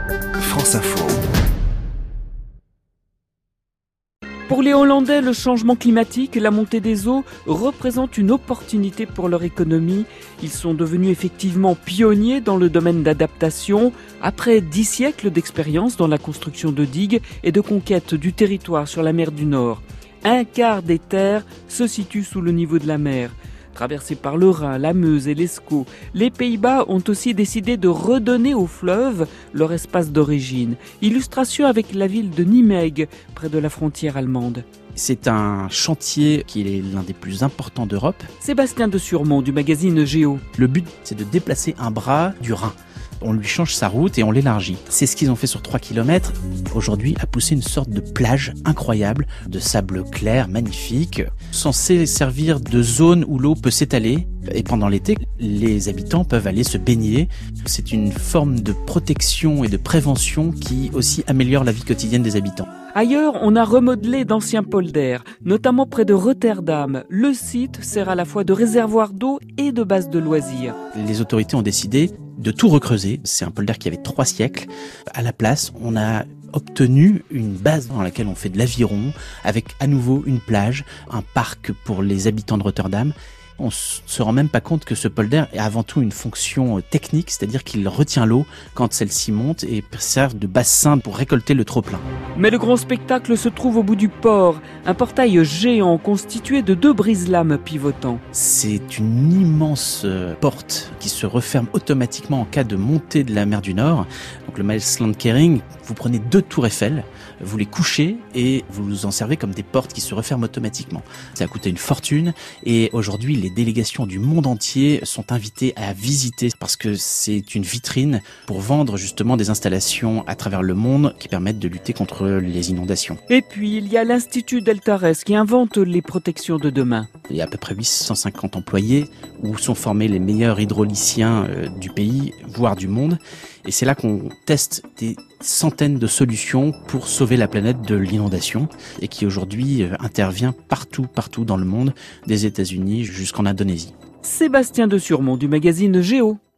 France Info. Pour les Hollandais, le changement climatique et la montée des eaux représentent une opportunité pour leur économie. Ils sont devenus effectivement pionniers dans le domaine d'adaptation, après 10 siècles d'expérience dans la construction de digues et de conquête du territoire sur la mer du Nord. Un quart des terres se situe sous le niveau de la mer. Traversés par le Rhin, la Meuse et l'Escaut, les Pays-Bas ont aussi décidé de redonner aux fleuves leur espace d'origine. Illustration avec la ville de Nijmegen, près de la frontière allemande. C'est un chantier qui est l'un des plus importants d'Europe. Sébastien de Surmont du magazine Géo. Le but, c'est de déplacer un bras du Rhin. On lui change sa route et on l'élargit. C'est ce qu'ils ont fait sur 3 km. Aujourd'hui, a poussé une sorte de plage incroyable, de sable clair, magnifique, censé servir de zone où l'eau peut s'étaler. Et pendant l'été, les habitants peuvent aller se baigner. C'est une forme de protection et de prévention qui aussi améliore la vie quotidienne des habitants. Ailleurs, on a remodelé d'anciens polders, notamment près de Rotterdam. Le site sert à la fois de réservoir d'eau et de base de loisirs. Les autorités ont décidé de tout recreuser. C'est un polder qui avait 3 siècles. À la place, on a obtenu une base dans laquelle on fait de l'aviron, avec à nouveau une plage, un parc pour les habitants de Rotterdam. On se rend même pas compte que ce polder est avant tout une fonction technique, c'est-à-dire qu'il retient l'eau quand celle-ci monte et sert de bassin pour récolter le trop-plein. Mais le grand spectacle se trouve au bout du port, un portail géant constitué de 2 brise-lames pivotants. C'est une immense porte qui se referme automatiquement en cas de montée de la mer du Nord. Donc le Maaslandkering, vous prenez 2 tours Eiffel, vous les couchez et vous en servez comme des portes qui se referment automatiquement. Ça a coûté une fortune et aujourd'hui les délégations du monde entier sont invitées à visiter parce que c'est une vitrine pour vendre justement des installations à travers le monde qui permettent de lutter contre les inondations. Et puis il y a l'Institut Deltares qui invente les protections de demain. Il y a à peu près 850 employés où sont formés les meilleurs hydrauliciens du pays, voire du monde. Et c'est là qu'on teste des centaines de solutions pour sauver la planète de l'inondation et qui aujourd'hui intervient partout dans le monde, des États-Unis jusqu'en Indonésie. Sébastien de Surmont du magazine Géo.